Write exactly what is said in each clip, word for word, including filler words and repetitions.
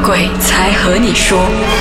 鬼才和你说。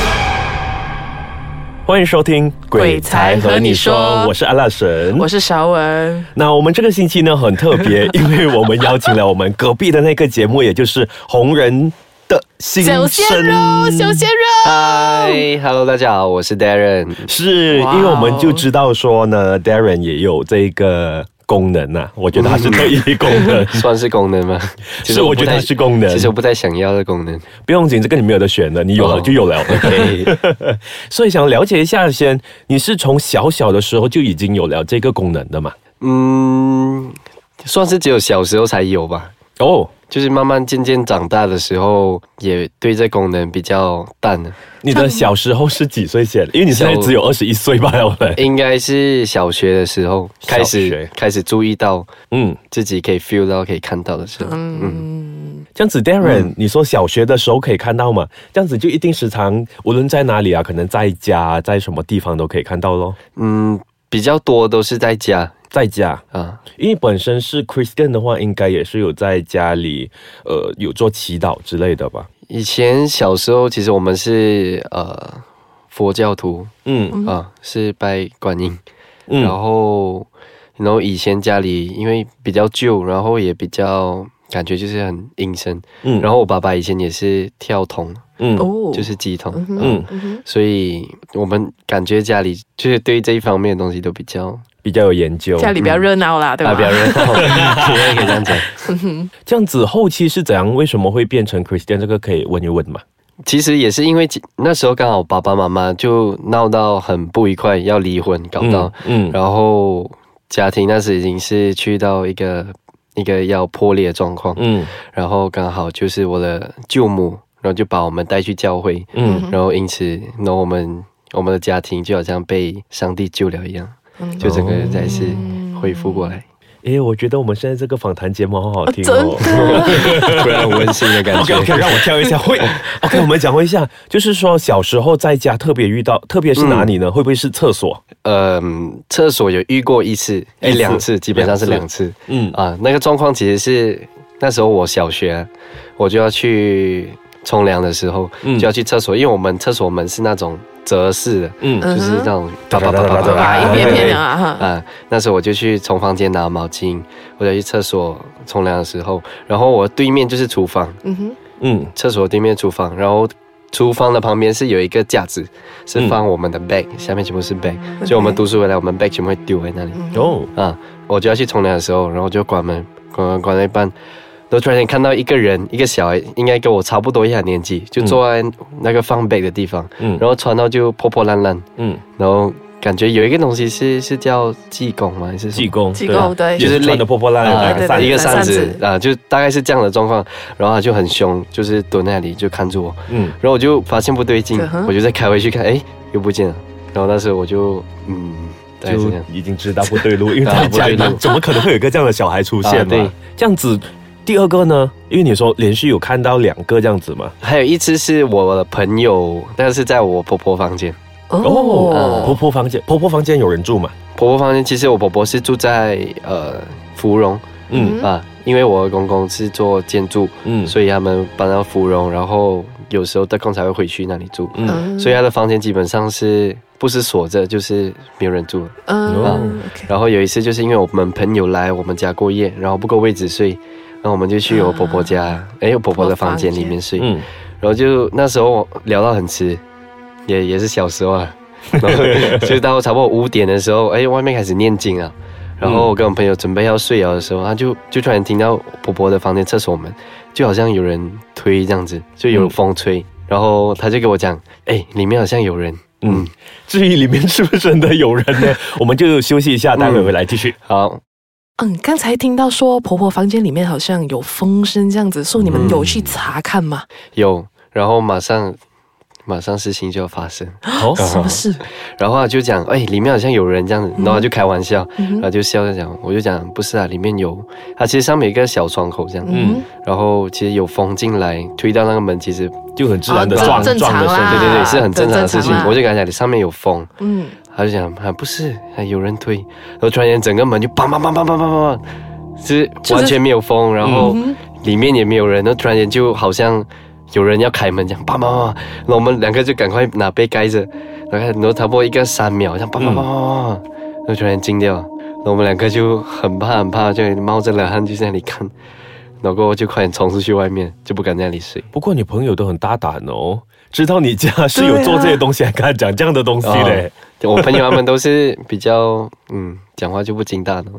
欢迎收听《 鬼才和你说》， 我是阿拉神， 我是韶文。 那我们这个星期呢很特别，因为我们邀请了我们隔壁的那个节目，也就是红人的新生。 小鲜肉，小鲜肉。 嗨 ，Hello， 大家好，我是 Darren。 是因为我们就知道说呢 ，Darren 也有这个功能啊，我觉得它是特异功能， 算是功能吗？ 其实我觉得它是功能， 其实我不太想要的功能。 不用紧，这个你没有得选的，你有了就有了。OK， 所以想了解一下先，你是从小小的时候就已经有了这个功能的吗？ 嗯，算是只有小时候才有吧。 哦， 就是慢慢渐渐长大的时候，也对这功能比较淡了。 你的小时候是几岁写的？因为你现在只有二十一岁罢了。 应该是小学的时候开始开始注意到，嗯，自己可以 feel 到、可以看到的时候，嗯。嗯这样子 ，Darren，、嗯、你说小学的时候可以看到嘛？这样子就一定时常，无论在哪里啊，可能在家，在什么地方都可以看到咯。 嗯，比较多都是在家。 在家啊，因为本身是 Christian 的话，应该也是有在家里，呃，有做祈祷之类的吧。 以前小时候，其实我们是呃佛教徒，嗯啊，是拜观音，嗯、然后然后以前家里因为比较旧，然后也比较感觉就是很阴森，嗯，然后我爸爸以前也是跳童。嗯，就是乩童，嗯，嗯所以我们感觉家里就是对这一方面的东西都比较比较有研究， 家里比较热闹啦，嗯、对吧？ 啊，比较热闹，可以这样讲。 这样子后期是怎样？为什么会变成 Christian？ 这个可以问一问吗？ 其实也是因为那时候刚好爸爸妈妈就闹到很不愉快，要离婚，搞到，嗯，嗯然后家庭那时已经是去到一个一个要破裂的状况，嗯，然后刚好就是我的舅母。然后就把我们带去教会，嗯，然后因此，然后我们我们的家庭就好像被上帝救了一样，嗯、就整个再次恢复过来。 诶，我觉得我们现在这个访谈节目好好听哦， 突然很温馨的感觉。 OK， 让我跳一下会。OK， 我们讲回一下，就是说小时候在家特别遇到，特别是哪里呢？嗯、会不会是厕所？ 嗯，厕所有遇过一次，哎，两次，基本上是两次。嗯啊，那个状况其实是那时候我小学，我就要去。冲凉的时候就要去厕所，因为我们厕所门是那种折式的，嗯，就是那种啪啪啪啪啪啪一片片啊啊！那时候我就去从房间拿毛巾，我就去厕所冲凉的时候，然后我对面就是厨房，嗯哼，嗯，厕所对面厨房，然后厨房的旁边是有一个架子，是放我们的 bag，、嗯、下面全部是 bag，、嗯、所以我们读书回来，我们 bag 全部会丢在那里。哦、嗯，啊，我就要去冲凉的时候，然后就关门，关关关了一半。然后突然间看到一个人，一个小孩，应该跟我差不多一样年纪，就坐在那个放 bag 的地方，嗯，然后穿到就破破烂烂，嗯，然后感觉有一个东西是是叫济公吗？还是济公？ 济公对， 就是穿的破破烂烂的、 啊、一个扇子啊，就大概是这样的状况。然后他就很凶，就是蹲在那里就看着我，嗯，然后我就发现不对劲，我就再开回去看，哎，又不见了。然后那时候我就嗯。 就已经知道不对路，因为在家里怎么可能会有一个这样的小孩出现嘛？啊、对，这样子。第二个呢？因为你说连续有看到两个这样子嘛， 还有一次是我的朋友，但是在我婆婆房间。 哦，嗯、婆婆房间，婆婆房间有人住吗？ 婆婆房间其实我婆婆是住在呃芙蓉，嗯啊，因为我的公公是做建筑，嗯，所以他们搬到芙蓉，然后有时候得空才会回去那里住，嗯，所以他的房间基本上是。不是锁着，就是没有人住。嗯、啊 okay. 然后有一次，就是因为我们朋友来我们家过夜，然后不够位置睡，然后我们就去我婆婆家，哎、啊，我婆婆的房间里面睡。嗯，然后就那时候聊到很迟，也也是小时候啊，然后就到差不多五点的时候，哎，外面开始念经啊。然后我跟我朋友准备要睡了的时候，他就就突然听到婆婆的房间厕所门就好像有人推这样子，就有风吹，嗯、然后他就跟我讲，哎，里面好像有人。 嗯，至于里面是不是真的有人呢？我们就休息一下，待会回来继续。 嗯、好。 嗯，刚才听到说婆婆房间里面好像有风声这样子，说你们有去查看吗？ 嗯、有，然后马上马上事情就要发生。 哦，什么事？ 然后他就讲，哎，里面好像有人这样子，然后他就开玩笑，嗯、然后就笑着讲，我就讲不是啊，里面有，它其实上面有一个小窗口这样，嗯，然后其实有风进来，推到那个门，其实就很自然的撞撞的声， 对对对，是很正常的事情。我就跟他讲，你上面有风，嗯，他就讲啊不是，还有人推，然后突然间整个门就砰砰砰砰砰砰砰砰，是完全没有风，然后里面也没有人，然后突然间就好像。 有人要开门，这样叭叭叭，然后我们两个就赶快拿被盖着，然后然后差不多一个三秒，这样叭叭叭叭，然后突然惊掉，然后我们两个就很怕很怕，就冒着冷汗就在那里看，然后就快点冲出去外面，就不敢在那里睡。 不过你朋友都很大胆哦，知道你家是有做这些东西，还跟他讲这样的东西嘞。 我朋友他们都是比较嗯，讲话就不经大脑。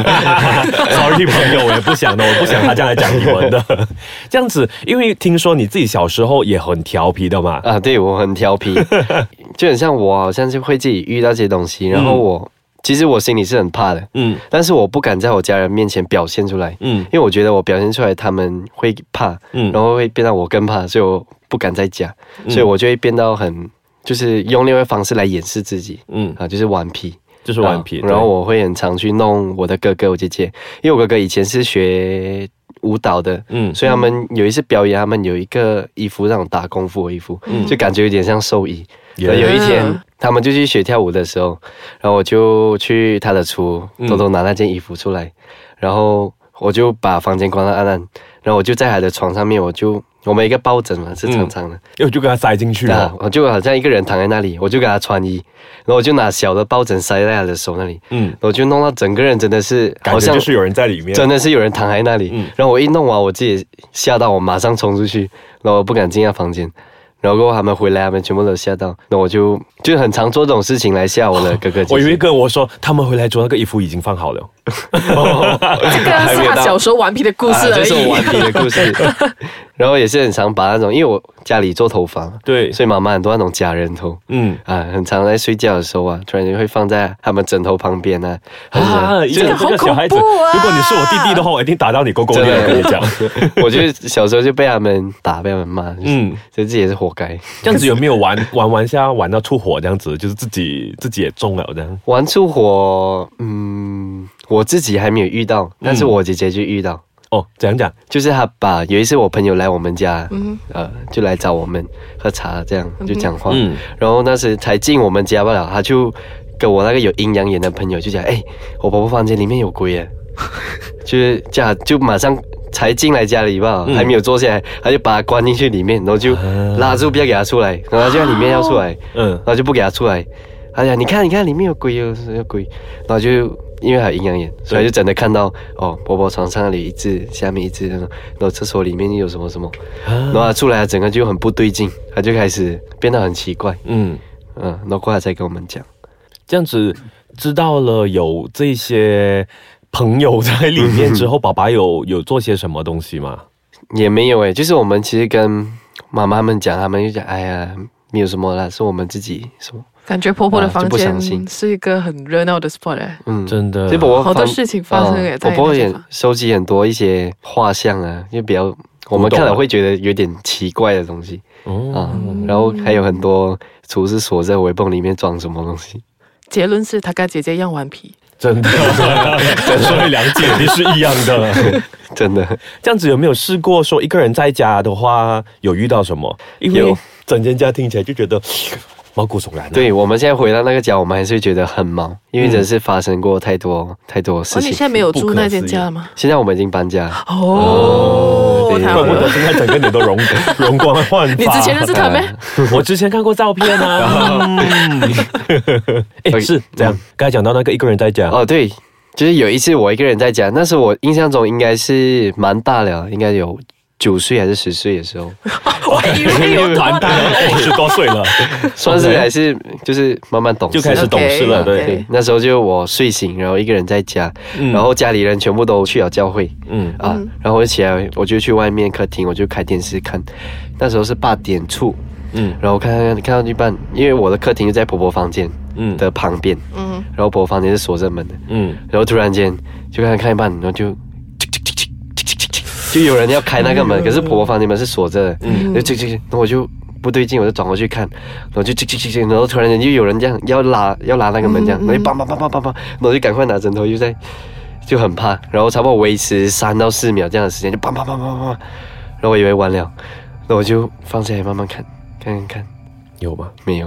Sorry 朋友，我也不想的，我不想他这样来讲你们的。这样子，因为听说你自己小时候也很调皮的嘛。 啊，对，我很调皮，就很像我好像是会自己遇到这些东西，然后我、嗯、其实我心里是很怕的，嗯，但是我不敢在我家人面前表现出来，嗯，因为我觉得我表现出来他们会怕，嗯，然后会变到我更怕，所以我不敢在家，嗯、所以我就会变到很。就是用另外一个方式来掩饰自己，嗯啊，就是顽皮， 就是顽皮。 然后我会很常去弄我的哥哥、我姐姐，因为我哥哥以前是学舞蹈的，嗯，所以他们有一次表演，他们有一个衣服那种打功夫的衣服，嗯，就感觉有点像寿衣。Yeah. 有一天他们就去学跳舞的时候，然后我就去他的厨偷偷拿那件衣服出来，然后我就把房间关到暗暗，然后我就在他的床上面，我就。我们一个抱枕嘛，是长长的， 嗯、我就给他塞进去了、啊。 我就好像一个人躺在那里，我就给他穿衣，然后我就拿小的抱枕塞在他的手那里，嗯，我就弄到整个人真的是好像就是有人在里面， 真的是有人躺在那里。嗯、然后我一弄完，我自己吓到，我马上冲出去，然后我不敢进他房间。然后过后他们回来，他们全部都吓到，那我就就很常做这种事情来吓我的哥哥姐姐。 我以为跟我说，他们回来之后那个衣服已经放好了。 哦、这个是他小时候顽皮的故事而已。啊、 这是我顽皮的故事。然后也是很常把那种，因为我家里做头发， 对， 所以妈妈很多那种假人头，嗯啊，很常在睡觉的时候啊，突然间会放在他们枕头旁边啊。 啊，这个好恐怖啊！如果你是我弟弟的话，我一定打到你勾勾的。我跟你讲， 我就小时候就被他们打，被他们骂，嗯，所以自己也是活该。 这样子有没有玩玩玩下玩到出火这样子？就是自己自己也中了这样。 玩出火，嗯，我自己还没有遇到，但是我姐姐就遇到。 哦，怎样讲？ 就是他把有一次我朋友来我们家，嗯、呃，就来找我们喝茶，这样就讲话。嗯，然后那时才进我们家罢了，他就跟我那个有阴阳眼的朋友就讲：“哎、欸，我婆婆房间里面有鬼耶！”就是这样，就马上才进来家里吧，嗯、还没有坐下来，他就把他关进去里面，然后就拉住不要给他出来，然后他就在里面要出来，嗯，然后就不给他出来。他讲：“你看，你看，里面有鬼，有有鬼。”然后就。因为还有阴阳眼，所以就真的看到哦，婆婆床上那里一只，下面一只，然后厕所里面有什么什么，啊、然后他出来，整个就很不对劲，他就开始变得很奇怪，嗯嗯，然后过来才跟我们讲， 这样子知道了有这些朋友在里面之后，爸爸有有做些什么东西吗？ 也没有诶，就是我们其实跟妈妈们讲，他们就讲，哎呀，没有什么啦，是我们自己什么。 感觉婆婆的房间是一个很热闹的 spot 哎， 嗯，真的， 这婆婆好多事情发生也在、 哦、婆婆也收集很多一些画像啊，就比较我们看了会觉得有点奇怪的东西哦、啊，然后还有很多厨师锁在围泵里面装什么东西。 结论是他跟姐姐一样顽皮， 真的，所以两姐弟是一样的， 真的。 这样子有没有试过说一个人在家的话有遇到什么？因为整间家听起来就觉得。毛骨悚然、啊。 对，我们现在回到那个家，我们还是会觉得很毛，因为真是发生过太多、嗯、太多事情。 哦，你现在没有住那间家了吗？ 现在我们已经搬家。 哦， 怪不得现在整个人都容容光焕发。 你之前认识他没？ 我之前看过照片啊。哎，是这样。刚才讲到那个一个人在家。 哦，对，就是有一次我一个人在家，那时我印象中应该是蛮大了，应该有。九岁还是十岁的时候， 我以为有蛮大了，十多岁了， 算是还是就是慢慢懂事， 就开始懂事了。对， okay. 对，那时候就我睡醒，然后一个人在家，嗯、然后家里人全部都去了教会，嗯啊，然后我就起来，我就去外面客厅，我就开电视看。那时候是八点处，嗯，然后看看看到一半，因为我的客厅就在婆婆房间嗯的旁边，嗯，然后婆婆房间是锁着门的，嗯，然后突然间就看看一半，然后就。就有人要开那个门，可是婆婆房间门是锁着的，嗯，就进进，然后我就不对劲，我就转过去看，然后就进进进进，然后突然间就有人这样要拉要拉那个门这样，然后就梆梆梆梆梆梆，然后就赶快拿枕头又在，就很怕，然后差不多维持三到四秒这样的时间，就梆梆梆梆梆，然后我以为完了，然后我就放下来慢慢看，看看看， 有吗？ 没有。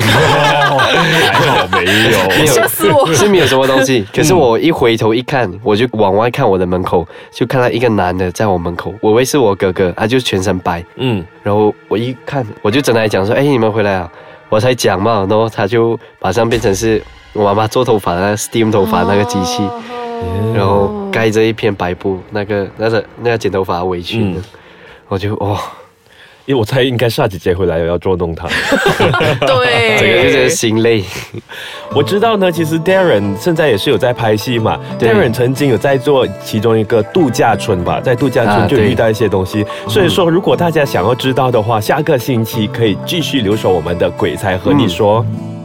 还好没有， 吓死我！ 是没有什么东西。可是我一回头一看，我就往外看我的门口，就看到一个男的在我门口，我以为是我哥哥，他就全身白，嗯，然后我一看，我就真的来讲说，哎，你们回来啊，我才讲嘛，然后他就马上变成是我妈妈做头发那个 steam 头发那个机器，然后盖着一片白布，那个那个那个剪头发围裙，嗯、我就哇。 因为我猜应该是他姐姐回来要捉弄他， 对， 这个就是心累。 我知道呢，其实 Darren 现在也是有在拍戏嘛。Darren 曾经有在做其中一个度假村吧，在度假村就遇到一些东西。啊、所以说，如果大家想要知道的话，下个星期可以继续留守我们的鬼才和你说。嗯